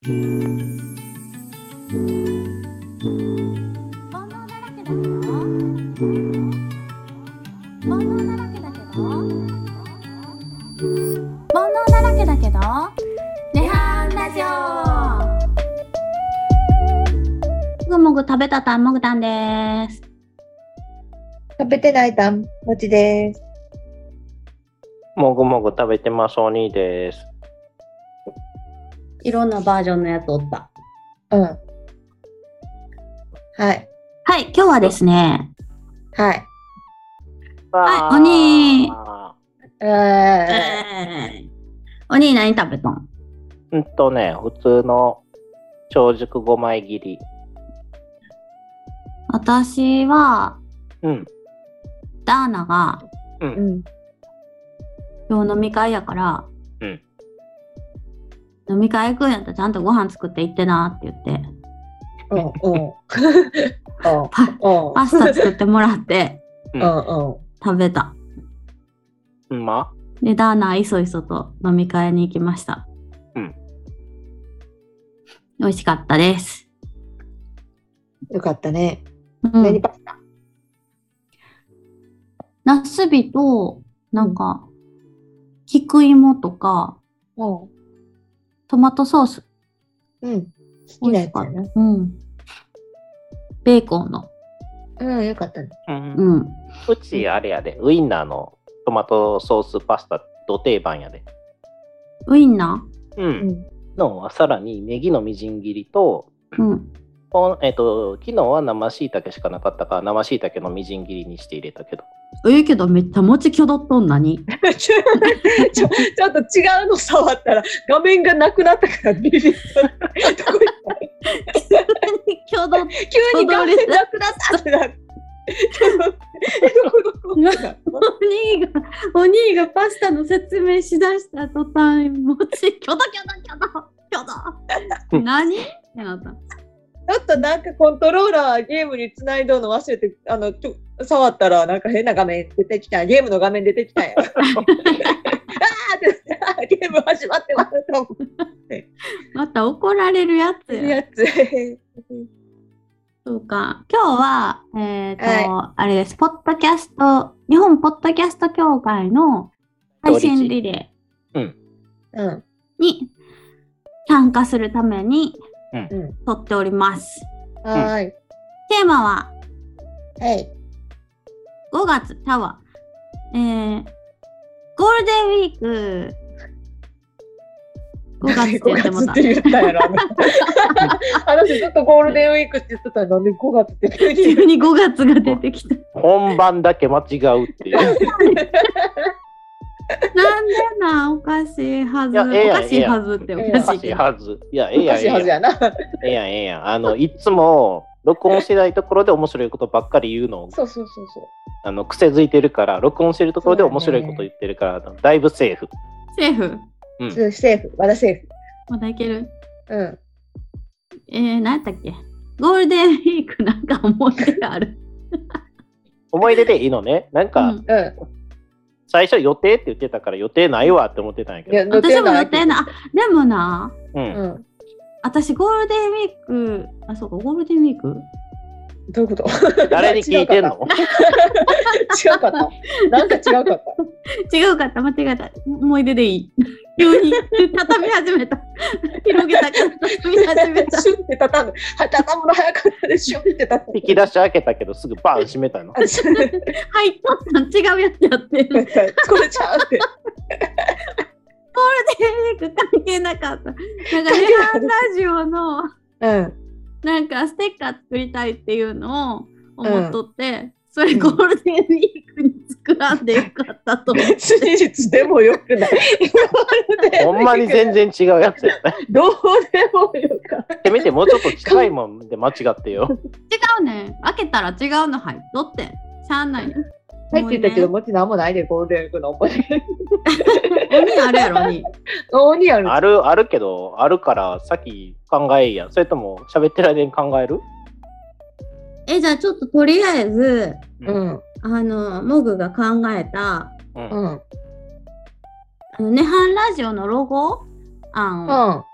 ネハンラジオ。もぐもぐ食べたたんもぐたんです。 食べてないたんもちです。 もぐもぐ食べてますお兄です。 いろんなバージョンのやつおった。 うん。はい。 はい、今日はですね。 はい。 はい、お兄。お兄何食べたん？ 普通の長熟5枚切り。 私は、ダーナが、今日飲み会やから、飲み会行くんやったらちゃんとご飯作って行ってなって言って、パスタ作ってもらって、食べた。で、ダーナいそいそと飲み会に行きました。美味しかったです。 よかったね。何パスタ？ ナスビと、なんか、菊芋とか、トマトソース。 好きなやつやな。 ベーコンの。 よかったね。 うちあれやで、ウインナーのトマトソースパスタど定番やで。 ウインナー？のさらにネギのみじん切りと、昨日は生椎茸しかなかったから生椎茸のみじん切りにして入れたけど。 けどめっちゃもちきょどっとんなにちょっと違うの触ったら画面がなくなったからビビった。急に画面なくなったってなって。 お兄がパスタの説明しだした途端もちキョド何ってなった。 ちょっとなんかコントローラーゲームにつないどの忘れて触ったらなんか変な画面出てきた。ゲームの画面出てきたよ。あーってゲーム始まってますと思って。 また怒られるやつ。そうか。今日はあれです。ポッドキャスト日本ポッドキャスト協会の配信リレーに参加するために撮っております。テーマは5月ゴールデンウィーク5月って言ってもって言ったやろ。私ずっとゴールデンウィークって言ってたらなんで5月って急に5月が出てきた。 本番だけ間違うっていう。 なんでな、おかしいはず。おかしいはずっておかしいはず。 いや、ええやん。いつも録音してないところで面白いことばっかり言うの。癖づいてるから、録音してるところで面白いこと言ってるから、だいぶセーフ。 セーフ？ セーフ。まだセーフ。 まだいける？何やったっけ？ゴールデンウィークなんか思い出がある。 思い出でいいのね。なんか、最初予定って言ってたから予定ないわって思ってたんやけど。 私も予定ない。でもな、私ゴールデンウィーク、そうか、ゴールデンウィーク？ どういうこと？ 誰に聞いてんの？ 違うかった。なんか違うかった。 違うかった。間違えた。思い出でいい。急に畳み始めた。広げたから畳み始めた。 シュンって畳むの早かったでシュンって畳む。 引き出し開けたけどすぐバーン閉めたの。 入っとったん違うやつやってる。 これちゃうって。 ゴールデンウィーク関係なかった。なんかネハンラジオのなんかステッカー作りたいっていうのを思っとって、それゴールデンウィークに作らんでよかったと思って。 真実でもよくない。 ほんまに全然違うやつやね。 どうでもよかった。 ってみてもうちょっと近いもんで間違ってよ。 違うね。開けたら違うの入っとって。しゃあない。 入ってたけどもちなんもないでゴールデンウィークの思い出。 鬼あるやろ鬼。 鬼ある。 あるけどあるから先考えや。それとも喋ってる間に考える？ じゃあちょっととりあえず、モグが考えた、ネハンラジオのロゴ案を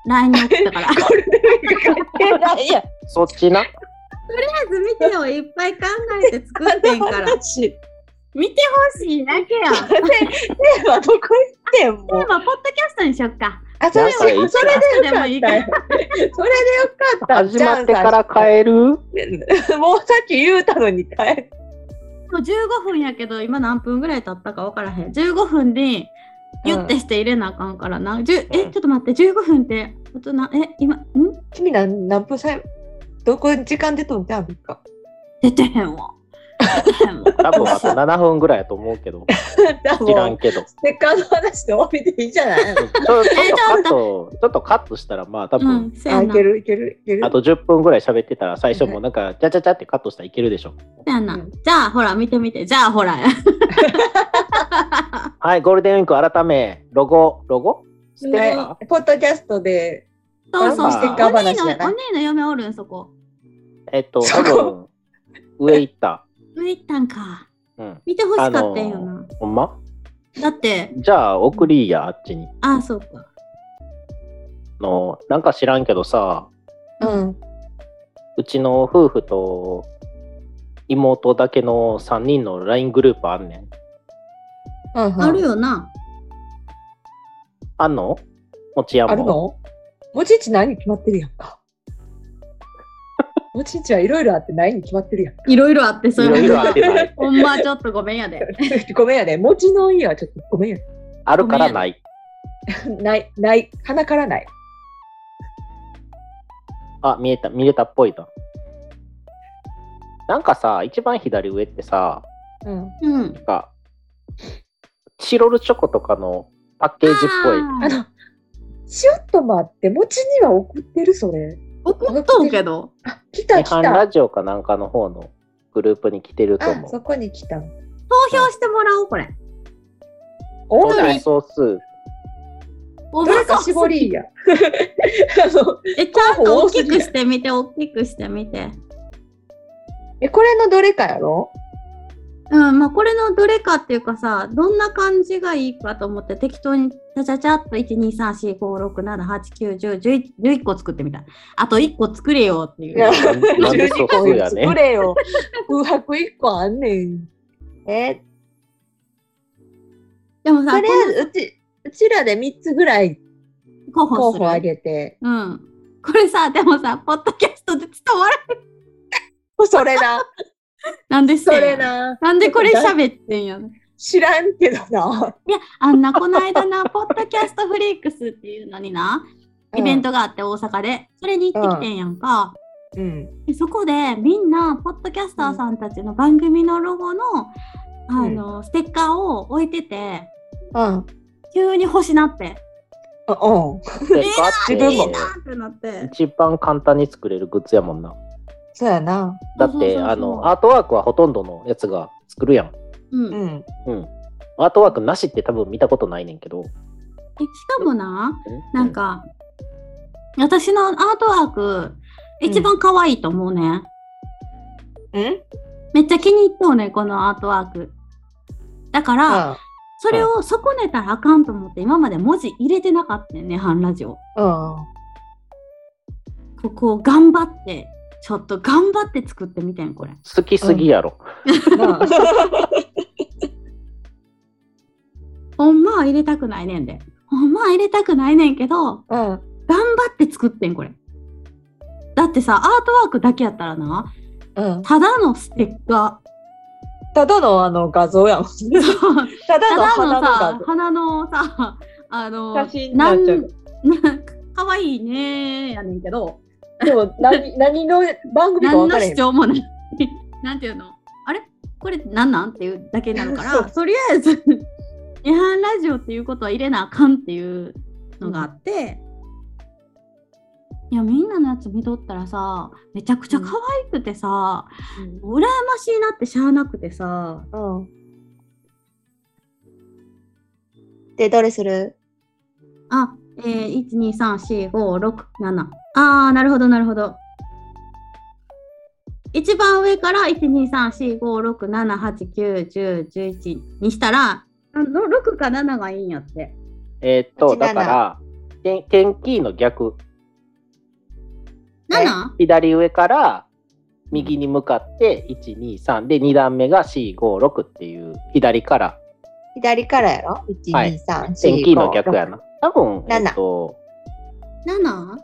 LINE に送ったから。 ゴールデンウィーク関係ないやん。 そっちな。 とりあえず見てよ、いっぱい考えて作ってんから。見てほしいだけや。 テーマどこ行ってんもん。 テーマポッドキャストにしよっか。 あ、それでよかった。それでよかった。 始まってから変える？もうさっき言うたのに変える。 もう15分やけど、今何分ぐらい経ったか分からへん。15分でギュッてして入れなあかんからな。ちょっと待って、15分って、今、 君何分どこ時間出とんじゃんか。 出てへんわ。 多分あと7分ぐらいやと思うけど。知らんけど。 ステッカーの話で終わりでいいじゃない。ちょっとカットしたらまあ多分、 いける。 あと10分ぐらい喋ってたら最初もなんかチャチャチャってカットしたらいけるでしょ。 じゃあほら見て。じゃあほら。 はい、ゴールデンウィーク改めロゴステッカーポッドキャストでそうステッカー話じゃない。 お兄の嫁おるんそこ。 多分上行った。 上行ったんか。見てほしかったんよな。 ほんま？ だってじゃあ送りやあっちに。 あ、そうか。 なんか知らんけどさ、うちの夫婦と妹だけの3人の LINE グループあんねん。 あるよな。 あんの？もちやも。 あるの？もちんち何決まってるやんか。もちんちはいろいろあってないに決まってるやん。 いろいろあってそういうの。いろいろあってない。 ほんまちょっとごめんやで。 ごめんやで。もちの家はちょっとごめんやで。 あるからない。 ない。鼻からない。 あ、見れたっぽいな。なんかさ、一番左上ってさ、なんかチロルチョコとかのパッケージっぽい。 ちょっと待って、もちには送ってるそれ。 送っとうけど。 来た。 日販ラジオかなんかの方のグループに来てると思う。 そこに来た。 投票してもらおう、これ。 オーダー総数。 どれか絞りや。 ちゃんと大きくしてみて、 これのどれかやろ？ まあこれのどれかっていうかさ、どんな感じがいいかと思って適当にチャチャっと 1,2,3,4,5,6,7,8,9,10,11 個作ってみた。あと1個作れよっていう。 12個作れよ。空白1個あんねん。でもさ、とりあえずうちらで3つぐらい候補あげて。 これさ、でもさ、ポッドキャストで伝わる。 それな。 なんでそれな。 なんでこれ喋ってんやろ。 知らんけどな。 いや、この間な、ポッドキャストフリークスっていうのにな、イベントがあって大阪で、それに行ってきてんやんか。でそこでみんな、ポッドキャスターさんたちの番組のロゴの、ステッカーを置いてて、急に欲しなって。 ステッカーってなって。 一番簡単に作れるグッズやもんな。 そうやな。 だってアートワークはほとんどのやつが作るやん。アートワークなしって多分見たことないねんけど。 しかもな、なんか私のアートワーク一番可愛いと思うね。めっちゃ気に入っとうね、このアートワーク。だからそれを損ねたらあかんと思って今まで文字入れてなかったね、ハンラジオ。ここ頑張って。ちょっと頑張って作ってみてん、これ。 好きすぎやろ。 ほんまは入れたくないねんで。ほんまは入れたくないねんけど、頑張って作ってん、これ。だってさ、アートワークだけやったらな、ただのステッカー。ただの画像やん。ただの花のさ、 写真になっちゃう。 かわいいねーやねんけど、 でも何の番組か分からへん。 何の主張もない。なんていうの？あれ？これ何なんっていうだけになるから、とりあえず違反ラジオっていうことは入れなあかんっていうのがあって、いやみんなのやつ見とったらさ、めちゃくちゃ可愛くてさ、羨ましいなってしゃあなくてさ。 でどれする ？1,2,3,4,5,6,7。なるほど。一番上から1,2,3,4,5,6,7,8,9,10,11にしたら、6か7がいいんやって。 だから、 点キーの逆。 7？ 左上から右に向かって1、2、3で2段目が4、5、6っていう左から。 左からやろ ?1、 はい、 2、3、4、 点キーの逆やな。多分、 7。 7？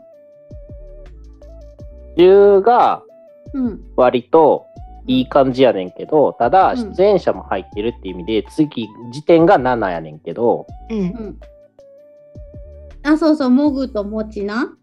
10が割といい感じやねんけど、ただ出演者も入ってるっていう意味で、次時点が7やねんけど、 あ、そうそう、もぐともちな。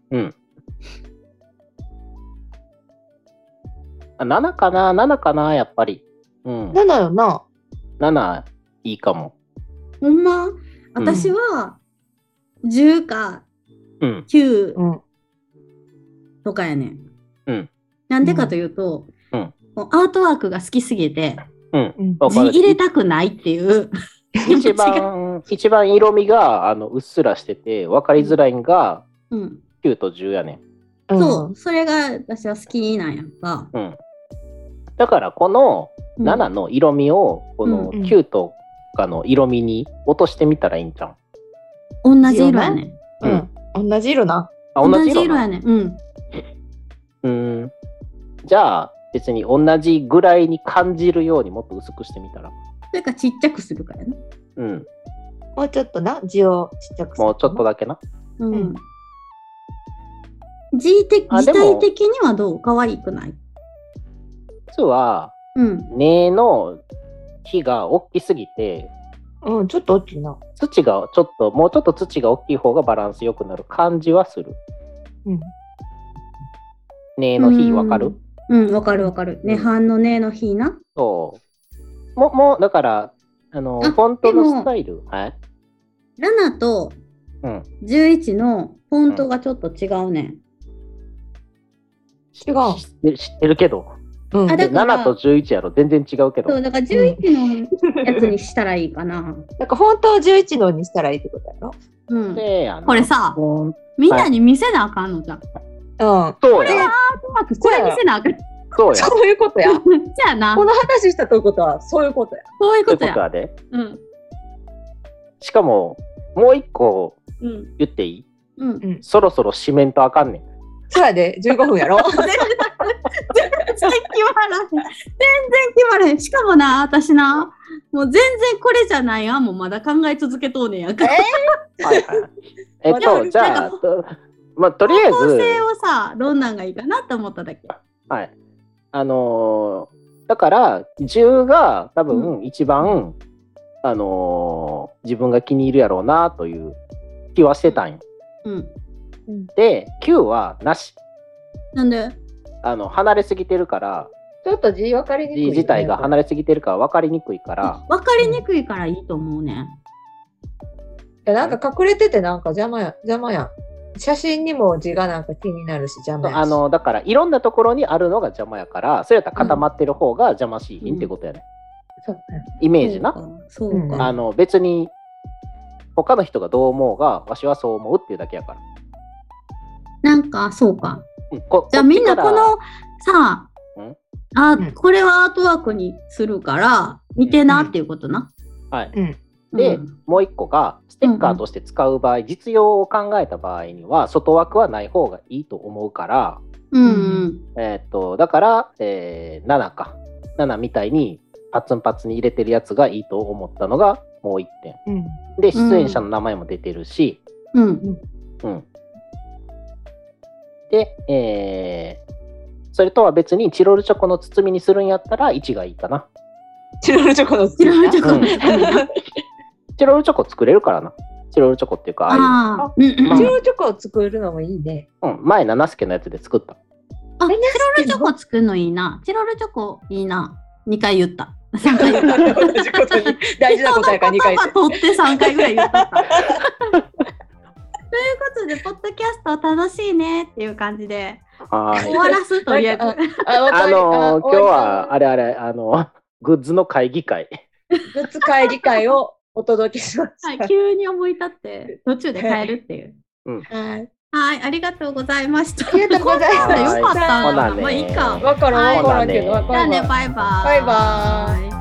7かな ?7 かなやっぱり。 7よな。 7いいかも。 ほんま？私は10か9とかやねん。なんでかというと、アートワークが好きすぎて、字入れたくないっていう。 一番色味がうっすらしてて分かりづらいんが9と10やねん。そう、それが私は好きなんやんか。 だからこの7の色味をこの9とかの色味に落としてみたらいいんじゃん。 同じ色やねん。同じ色な。 同じ色やねん。じゃあ別に同じぐらいに感じるようにもっと薄くしてみたら。 それかちっちゃくするからね。 もうちょっとな、字をちっちゃくする。 もうちょっとだけな。 字体的にはどう？可愛くない？ 実は、根の木が大きすぎて、 ちょっと大きいな。 土がもうちょっと土が大きい方がバランス良くなる感じはする。根の日わかる？ わかるわかる。根半の根の日な。 そう。もうだからフォントのスタイル。はい。 7と11のフォントがちょっと違うねん。 違う。 知ってるけど。7と11やろ全然違うけど。 そうだから11のやつにしたらいいかな。 なんかフォントを11のにしたらいいってことやろ。 これさ、みんなに見せなあかんのじゃん。 そうや。 これ見せなあかん。 そういうことや。 じゃあな。 この話したということはそういうことや。 そういうことや。 しかももう一個言っていい？そろそろ締めんとあかんねん。 そうやで、15分やろ。 全然決まらへん。全然決まらへん。しかもな、私な、もう全然これじゃない案もまだ考え続けとうねんやから。 じゃあ、まあ、とりあえず。 方向性をさ、どんなんがいいかなって思っただけ。 はい。だから、10が多分一番、自分が気に入るやろうなという気はしてたんよ。で、9はなし。 なんで？ 離れすぎてるから、 ちょっと字分かりにくい、 字自体が離れすぎてるから分かりにくいから。 分かりにくいからいいと思うね。 なんか隠れててなんか邪魔や。写真にも字がなんか気になるし邪魔やし。 だからいろんなところにあるのが邪魔やから、それやったら固まってる方が邪魔しいってことやね。イメージな。 そうか。 別に他の人がどう思うが、わしはそう思うっていうだけやから。 なんかそうか。じゃあみんなこのさ、これはアートワークにするから見てなっていうことな。 はい。で、もう一個がステッカーとして使う場合、実用を考えた場合には外枠はない方がいいと思うから、だから、7か。7みたいにパツンパツに入れてるやつがいいと思ったのがもう1点。で、出演者の名前も出てるし、で、それとは別にチロルチョコの包みにするんやったら1がいいかな。 チロルチョコの包み。 チロルチョコ作れるからな。チロルチョコっていうか、 チロルチョコを作るのもいいね。 前、七助のやつで作った。 チロルチョコ作るのいいな。チロルチョコいいな。2回言った。3回言った。 同じことに大事なことやから2回言った。 取って3回ぐらい言ったった。ということで、ポッドキャスト楽しいねっていう感じで終わらすとりあえず。 今日はあれグッズの会議会。 グッズ会議会をお届けします。 急に思い立って途中で変えるっていう。はい、ありがとうございました。 ありがとうございました。 よかった。まあいいか。 わからんけど。 じゃあね、バイバイ。 バイバイ。